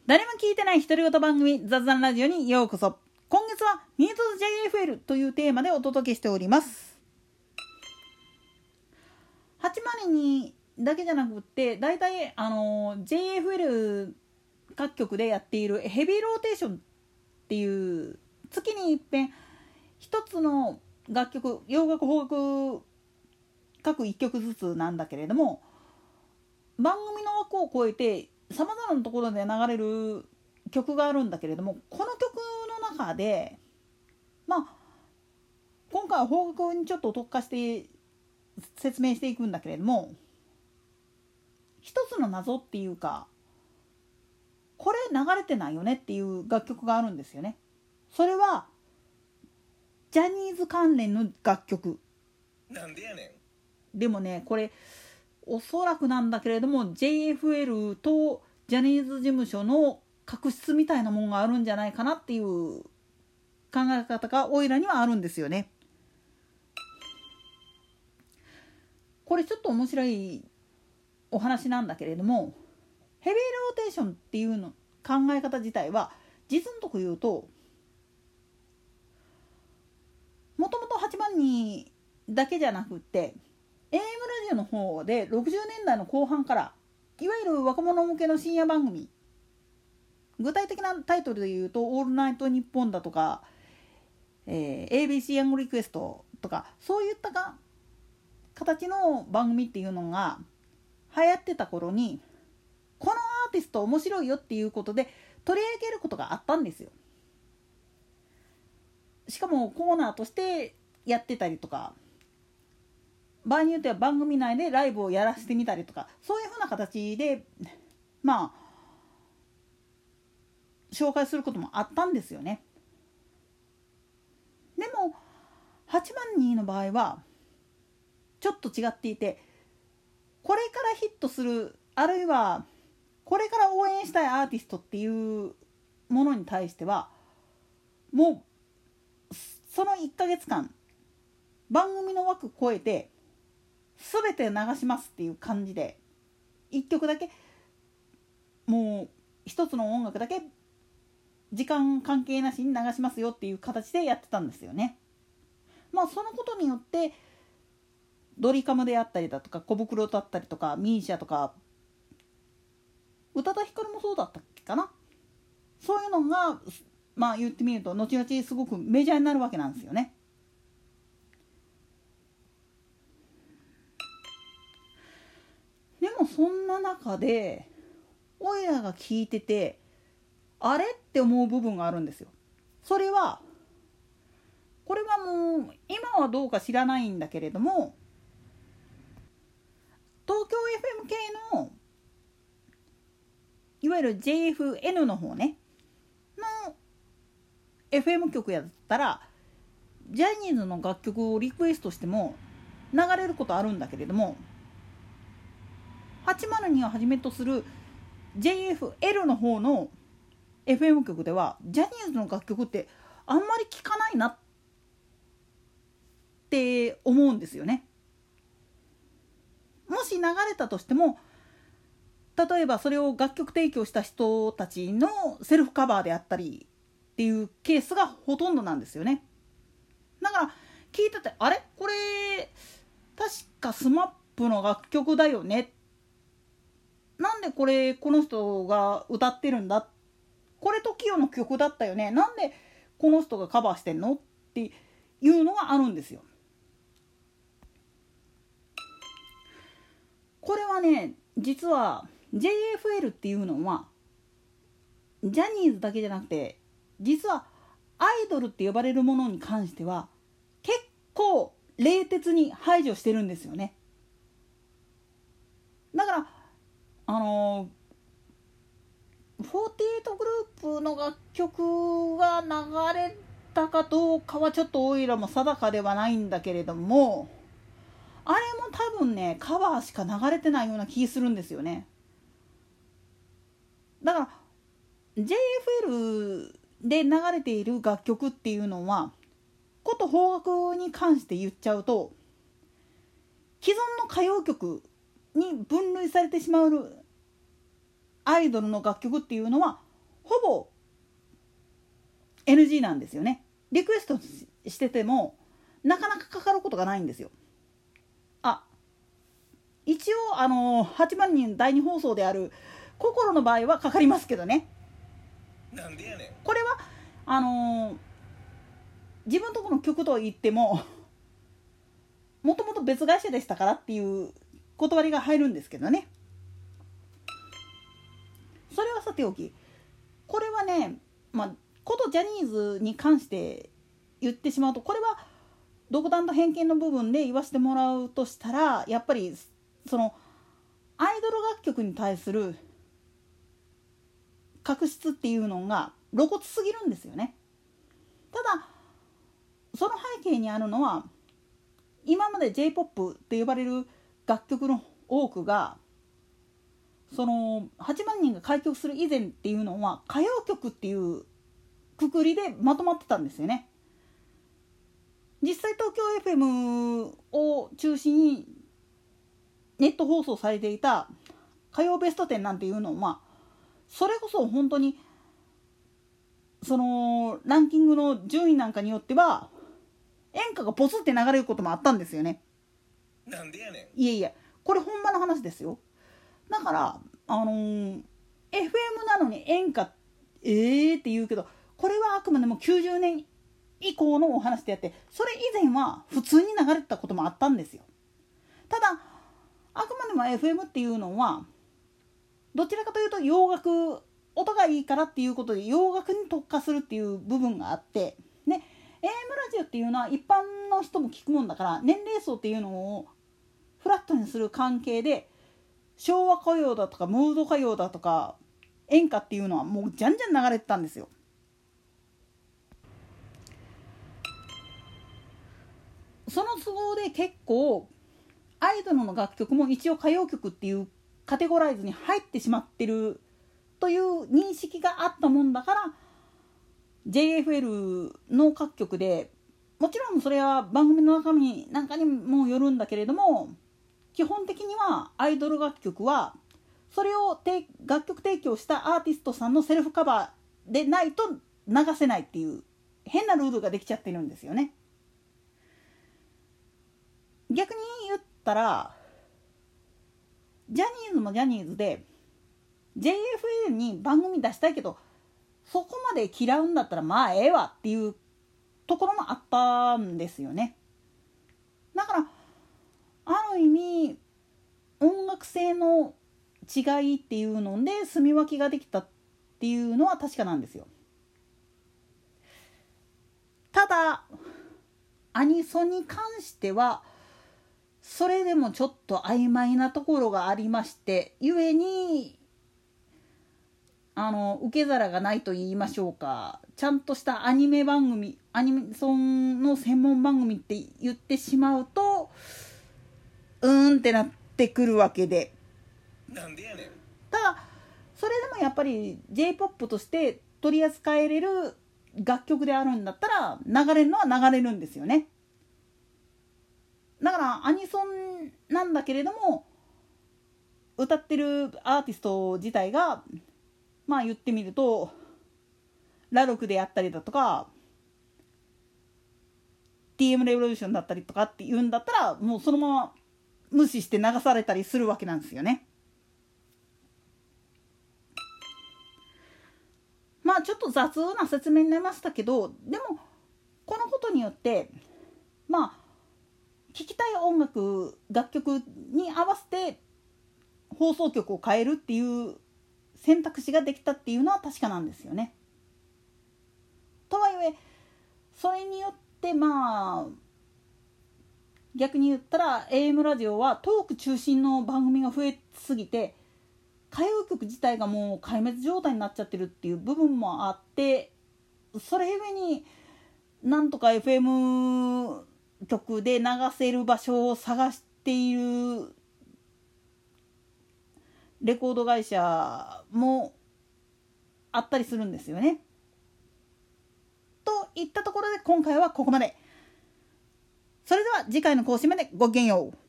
誰も聞いてない独り言番組雑談ラジオにようこそ。今月はミートズ JFL というテーマでお届けしております。802だけじゃなくってだいたいJFL 各局でやっているヘビーローテーションっていう月に一遍一つの楽曲、洋楽邦楽各1曲ずつなんだけれども、番組の枠を超えてさまざまなところで流れる曲があるんだけれども、この曲の中で今回は邦楽にちょっと特化して説明していくんだけれども、一つの謎っていうか、これ流れてないよねっていう楽曲があるんですよね。それはジャニーズ関連の楽曲なんでやねん。でもね、これおそらくなんだけれども JFL とジャニーズ事務所の確執みたいなもんがあるんじゃないかなっていう考え方がおいらにはあるんですよね。これちょっと面白いお話なんだけれども、ヘビーローテーションっていうの考え方自体は実のとこ言うと、もともと8万人だけじゃなくって AM ラジオの方で60年代の後半からいわゆる若者向けの深夜番組、具体的なタイトルで言うとオールナイトニッポンだとか、ABC ヤングリクエストとか、そういった形の番組っていうのが流行ってた頃に、このアーティスト面白いよっていうことで取り上げることがあったんですよ。しかもコーナーとしてやってたりとか、場合によっては番組内でライブをやらせてみたりとか、そういうふうな形で紹介することもあったんですよね。でも8万人の場合はちょっと違っていて、これからヒットする、あるいはこれから応援したいアーティストっていうものに対しては、もうその1ヶ月間番組の枠超えて全て流しますっていう感じで、1曲だけ、もう一つの音楽だけ時間関係なしに流しますよっていう形でやってたんですよね。そのことによってドリカムであったりだとか、小袋だったりとか、ミーシャとか、宇多田ヒカルもそうだったっけかな、そういうのが言ってみると後々すごくメジャーになるわけなんですよね。でもそんな中でおいらが聞いててあれって思う部分があるんですよ。これはもう今はどうか知らないんだけれども、東京 FM 系のいわゆる JFN の方ねの FM 局やったらジャニーズの楽曲をリクエストしても流れることあるんだけれども、802をはじめとする JFL の方の FM 局ではジャニーズの楽曲ってあんまり聞かないなって思うんですよね。もし流れたとしても、例えばそれを楽曲提供した人たちのセルフカバーであったりっていうケースがほとんどなんですよね。だから聞いてて、あれこれ確かスマップの楽曲だよね、なんでこの人が歌ってるんだ、これ TOKIO の曲だったよね、なんでこの人がカバーしてんのっていうのがあるんですよ。これはね、実は JFL っていうのはジャニーズだけじゃなくて、実はアイドルって呼ばれるものに関しては結構冷徹に排除してるんですよね。だから48グループの楽曲が流れたかどうかはちょっとおいらも定かではないんだけれども、あれも多分ねカバーしか流れてないような気するんですよね。だから JFL で流れている楽曲っていうのはこと邦楽に関して言っちゃうと、既存の歌謡曲に分類されてしまうアイドルの楽曲っていうのはほぼ NG なんですよね。リクエストしててもなかなかかかることがないんですよ。一応8万人第2放送である心の場合はかかりますけどね。 なんでやねん。 これは自分のところの曲と言ってももともと別会社でしたからっていう断りが入るんですけどね。それはさておき、これはね、ことジャニーズに関して言ってしまうと、これは独断と偏見の部分で言わせてもらうとしたら、やっぱりそのアイドル楽曲に対する確執っていうのが露骨すぎるんですよね。ただその背景にあるのは、今まで J-POP って呼ばれる楽曲の多くがその8万人が開局する以前っていうのは歌謡曲っていうくくりでまとまってたんですよね。実際東京 FM を中心にネット放送されていた歌謡ベスト10なんていうのは、それこそ本当にそのランキングの順位なんかによっては演歌がポツって流れることもあったんですよね。 なんでやねん。いえこれほんまの話ですよ。だからFM なのに演歌って言うけど、これはあくまでも90年以降のお話であって、それ以前は普通に流れてたこともあったんですよ。ただあくまでも FM っていうのはどちらかというと洋楽、音がいいからっていうことで洋楽に特化するっていう部分があって、ね、AM ラジオっていうのは一般の人も聞くもんだから、年齢層っていうのをフラットにする関係で昭和歌謡だとかムード歌謡だとか演歌っていうのはもうじゃんじゃん流れてたんですよ。その都合で結構アイドルの楽曲も一応歌謡曲っていうカテゴライズに入ってしまってるという認識があったもんだから、 JFL の各局でもちろんそれは番組の中身なんかにもよるんだけれども、基本的にはアイドル楽曲はそれを楽曲提供したアーティストさんのセルフカバーでないと流せないっていう変なルールができちゃってるんですよね。逆に言ったらジャニーズもジャニーズで JFL に番組出したいけどそこまで嫌うんだったらまあええわっていうところもあったんですよね。だからある意味音楽性の違いっていうので住み分けができたっていうのは確かなんですよ。ただアニソンに関してはそれでもちょっと曖昧なところがありまして、ゆえに受け皿がないと言いましょうか、ちゃんとしたアニメ番組、アニソンの専門番組って言ってしまうとってなってくるわけで、 なんでやねん。 ただそれでもやっぱり J-POP として取り扱えれる楽曲であるんだったら流れるのは流れるんですよね。だからアニソンなんだけれども歌ってるアーティスト自体が言ってみるとラルクであったりだとか TM レボリューションだったりとかっていうんだったらもうそのまま無視して流されたりするわけなんですよね。ちょっと雑な説明になりましたけど、でもこのことによって聴きたい音楽楽曲に合わせて放送局を変えるっていう選択肢ができたっていうのは確かなんですよね。とはいえそれによって逆に言ったら AM ラジオはトーク中心の番組が増えすぎて歌謡曲自体がもう壊滅状態になっちゃってるっていう部分もあって、それゆえになんとか FM 曲で流せる場所を探しているレコード会社もあったりするんですよね。といったところで今回はここまで。それでは次回の更新までごきげんよう。